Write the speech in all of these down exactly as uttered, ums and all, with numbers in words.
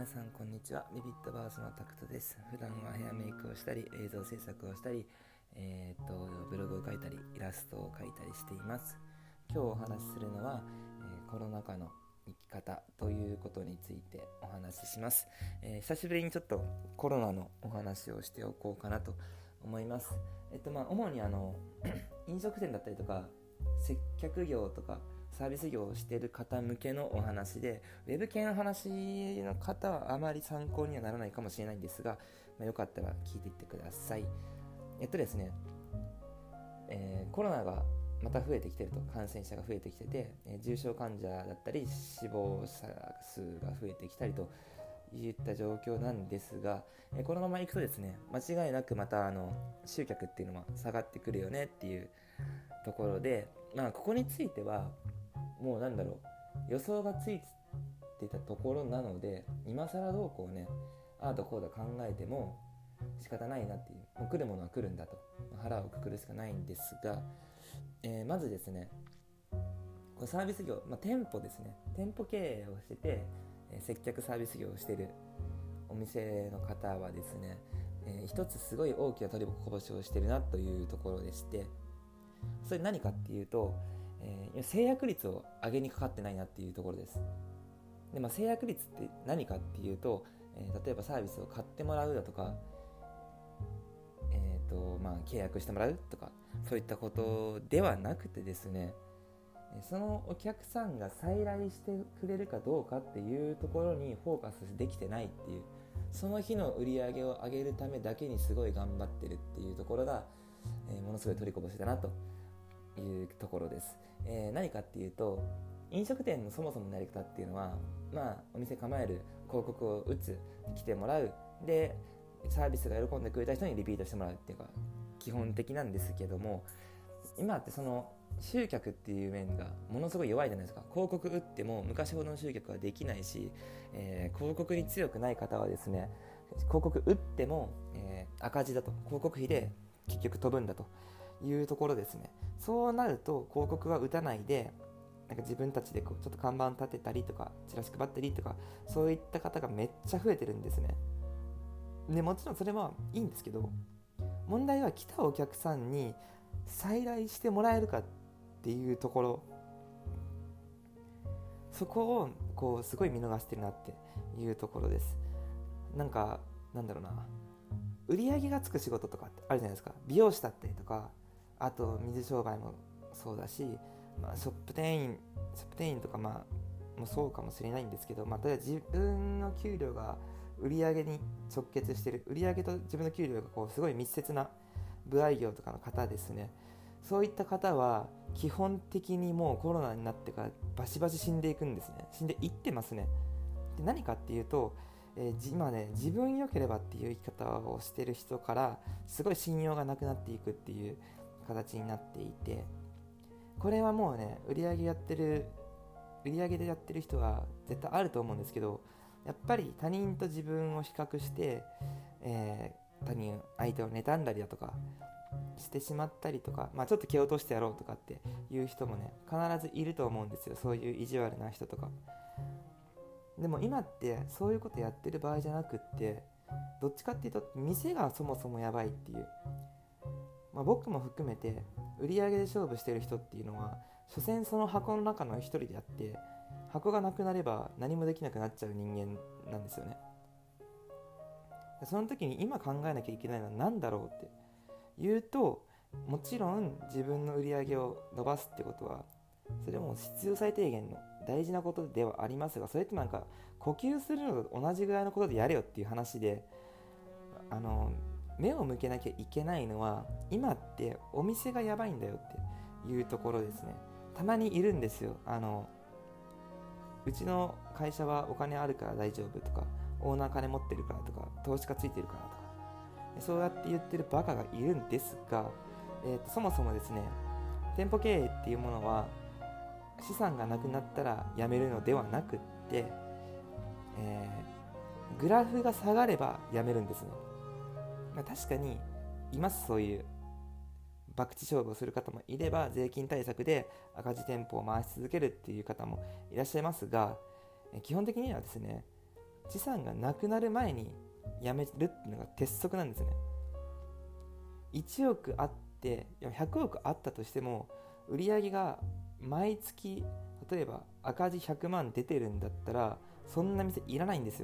さんこんにちは。ビビットバースのタクトです。普段はヘアメイクをしたり、映像制作をしたり、えー、っとブログを書いたり、イラストを描いたりしています。今日お話しするのは、えー、コロナ禍の生き方ということについてお話しします。えー、久しぶりにちょっとコロナのお話をしておこうかなと思います。えっとまあ主にあの飲食店だったりとか接客業とかサービス業をしている方向けのお話で、ウェブ系の話の方はあまり参考にはならないかもしれないんですが、まあ、よかったら聞いていってください。えっとですね、えー、コロナがまた増えてきていると、感染者が増えてきてて、えー、重症患者だったり死亡者数が増えてきたりといった状況なんですが、えー、このままいくとですね、間違いなくまたあの集客っていうのは下がってくるよねっていうところで、まあここについてはもうなんだろう、予想がついてたところなので、今更どうこうね、ああだこうだ考えても仕方ないなっていう、もう来るものは来るんだと腹をくくるしかないんですが、えー、まずですね、こサービス業、まあ、店舗ですね、店舗経営をしてて、えー、接客サービス業をしているお店の方はですね、えー、一つすごい大きな取りこぼしをしてるなというところでして、それ何かっていうと、えー、制約率を上げにかかってないなっていうところです。で、まあ、制約率って何かっていうと、えー、例えばサービスを買ってもらうだとか、えーとまあ、契約してもらうとか、そういったことではなくてですね、そのお客さんが再来してくれるかどうかっていうところにフォーカスできてないっていう、その日の売り上げを上げるためだけにすごい頑張ってるっていうところが、えー、ものすごい取りこぼしだなというところです。えー、何かっていうと、飲食店のそもそものやり方っていうのは、まあお店構える、広告を打つ、来てもらう、でサービスが喜んでくれた人にリピートしてもらうっていうか基本的なんですけども、今ってその集客っていう面がものすごい弱いじゃないですか。広告打っても昔ほどの集客はできないし、えー、広告に強くない方はですね、広告打っても、えー、赤字だと、広告費で結局飛ぶんだというところですね。そうなると広告は打たないで、なんか自分たちでこうちょっと看板立てたりとかチラシ配ったりとか、そういった方がめっちゃ増えてるんですね。でもちろんそれはいいんですけど、問題は来たお客さんに再来してもらえるかっていうところ、そこをこうすごい見逃してるなっていうところです。なんかなんだろうな、売り上げがつく仕事とかってあるじゃないですか。美容師だったりとか、あと水商売もそうだし、まあ、ショップ店員ショップ店員とかまあもそうかもしれないんですけど、まあ、例えば自分の給料が売り上げに直結している、売り上げと自分の給料がこうすごい密接な部合業とかの方ですね。そういった方は基本的にもうコロナになってからバシバシ死んでいくんですね。死んでいってますね。で、何かっていうと、えー、今ね、自分良ければっていう生き方をしてる人からすごい信用がなくなっていくっていう形になっていて、これはもうね、売り上げやってる売り上げでやってる人は絶対あると思うんですけど、やっぱり他人と自分を比較して、えー、他人相手を妬んだりだとかしてしまったりとか、まあ、ちょっと蹴落としてやろうとかっていう人もね、必ずいると思うんですよ。そういう意地悪な人とか。でも今ってそういうことやってる場合じゃなくって、どっちかっていうと店がそもそもやばいっていう、まあ、僕も含めて売り上げで勝負してる人っていうのは所詮その箱の中の一人であって、箱がなくなれば何もできなくなっちゃう人間なんですよね。その時に今考えなきゃいけないのは何だろうって言うと、もちろん自分の売り上げを伸ばすってことはそれも必要最低限の大事なことではありますが、それってなんか呼吸するのと同じぐらいのことでやれよっていう話で、あの目を向けなきゃいけないのは今ってお店がやばいんだよっていうところですね。たまにいるんですよ。あのうちの会社はお金あるから大丈夫とか、オーナー金持ってるからとか、投資家ついてるからとか、そうやって言ってるバカがいるんですが、えー、とそもそもですね、店舗経営っていうものは資産がなくなったらやめるのではなくって、えー、グラフが下がればやめるんですね。まあ、確かにいます、そういう博打勝負をする方もいれば、税金対策で赤字店舗を回し続けるっていう方もいらっしゃいますが、基本的にはですね、 資産がなくなる前に辞めるっていうのが鉄則なんですね。いちおくあってひゃくおくあったとしても、売上が毎月例えば赤字ひゃくまん出てるんだったら、そんな店いらないんですよ。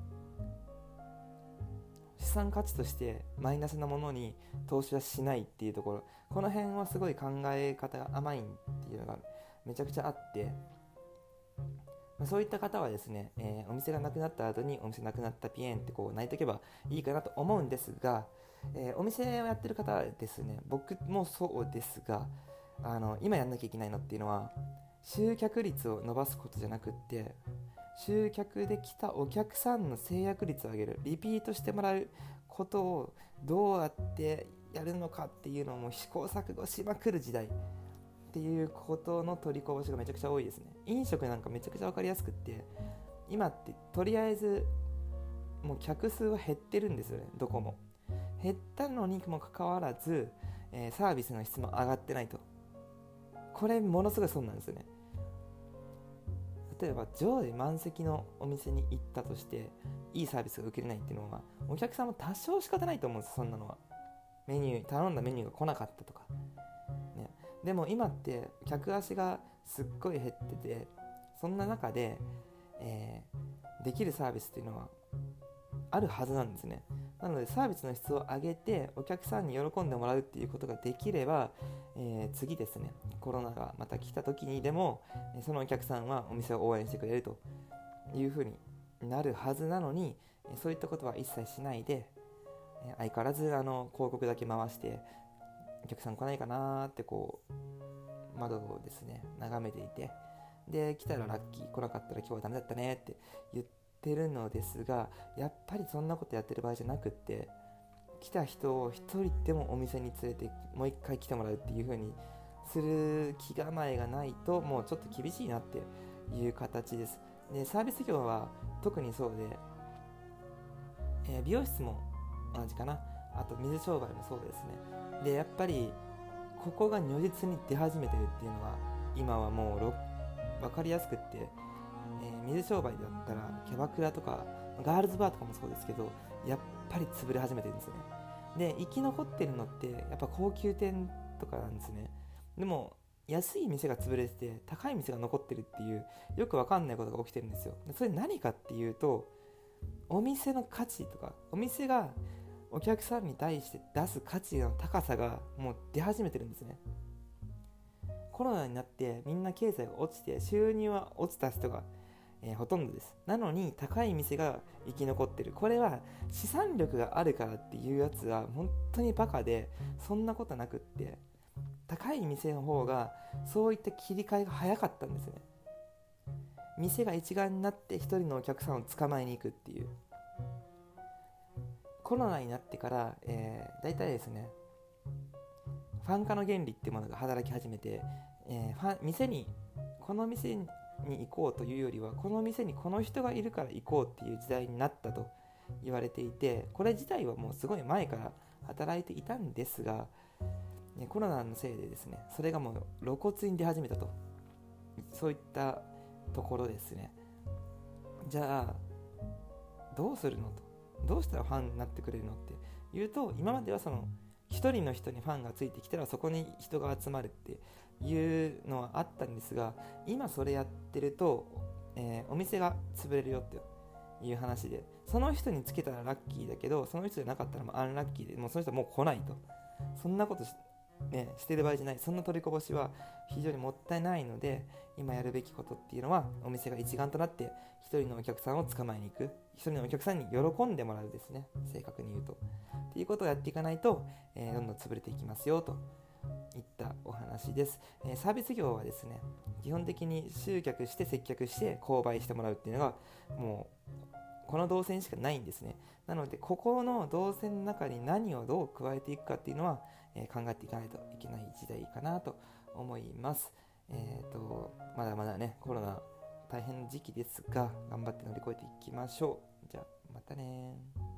資産価値としてマイナスなものに投資はしないっていうところ、この辺はすごい考え方が甘いっていうのがめちゃくちゃあって、そういった方はですね、えー、お店がなくなった後にお店なくなったピエンってこう泣いておけばいいかなと思うんですが、えー、お店をやってる方はですね、僕もそうですが、あの今やんなきゃいけないのっていうのは集客率を伸ばすことじゃなくって、集客できたお客さんの制約率を上げる、リピートしてもらうことをどうやってやるのかっていうのをもう試行錯誤しまくる時代っていうことの取りこぼしがめちゃくちゃ多いですね。飲食なんかめちゃくちゃ分かりやすくって、今ってとりあえずもう客数は減ってるんですよね。どこも減ったのにもかかわらず、えー、サービスの質も上がってないと。これものすごい損なんですよね。例えば常時満席のお店に行ったとしていいサービスが受けれないっていうのは、お客さんも多少仕方ないと思うんです。そんなのはメニュー頼んだメニューが来なかったとか、ね、でも今って客足がすっごい減ってて、そんな中で、えー、できるサービスっていうのはあるはずなんですね。なのでサービスの質を上げてお客さんに喜んでもらうっていうことができれば、えー、次ですね、コロナがまた来た時にでもそのお客さんはお店を応援してくれるというふうになるはずなのに、そういったことは一切しないで、相変わらずあの広告だけ回してお客さん来ないかなってこう窓をですね眺めていて、で来たらラッキー、来なかったら今日はダメだったねって言ってるのですが、やっぱりそんなことやってる場合じゃなくって、来た人を一人でもお店に連れてもう一回来てもらうっていう風にする気構えがないと、もうちょっと厳しいなっていう形です。でサービス業は特にそうで、えー、美容室も同じかな、あと水商売もそうですね。でやっぱりここが如実に出始めてるっていうのは今はもう分かりやすくって、えー、水商売だったらキャバクラとかガールズバーとかもそうですけど、やっぱり潰れ始めてるんですよね。で生き残ってるのってやっぱ高級店とかなんですね。でも安い店が潰れてて高い店が残ってるっていうよく分かんないことが起きてるんですよ。それ何かっていうと、お店の価値とかお店がお客さんに対して出す価値の高さがもう出始めてるんですね。コロナになってみんな経済が落ちて収入は落ちた人が、えー、ほとんどです。なのに高い店が生き残ってる。これは資産力があるからっていうやつは本当にバカで、そんなことなくって、高い店の方がそういった切り替えが早かったんですよね。店が一丸になって一人のお客さんを捕まえに行くっていう。コロナになってから、えー、大体ですね、ファン化の原理っていうものが働き始めて、えー、ファン店にこの店に行こうというよりは、この店にこの人がいるから行こうっていう時代になったと言われていて、これ自体はもうすごい前から働いていたんですが、ね、コロナのせいでですね、それがもう露骨に出始めたと、そういったところですね。じゃあどうするのと、どうしたらファンになってくれるのっていうと、今まではその一人の人にファンがついてきたらそこに人が集まるっていうのはあったんですが、今それやってると、えー、お店が潰れるよっていう話で、その人につけたらラッキーだけどその人じゃなかったらもうアンラッキーで、もうその人はもう来ないと、そんなことしね、してる場合じゃない。そんな取りこぼしは非常にもったいないので、今やるべきことっていうのは、お店が一丸となって一人のお客さんを捕まえに行く、一人のお客さんに喜んでもらうですね、正確に言うとっていうことをやっていかないと、えー、どんどん潰れていきますよといったお話です。えー、サービス業はですね、基本的に集客して接客して購買してもらうっていうのがもうこの動線しかないんですね。なのでここの動線の中に何をどう加えていくかっていうのは、えー、考えていかないといけない時代かなと思います。えーとまだまだね、コロナ大変な時期ですが、頑張って乗り越えていきましょう。じゃあまたね。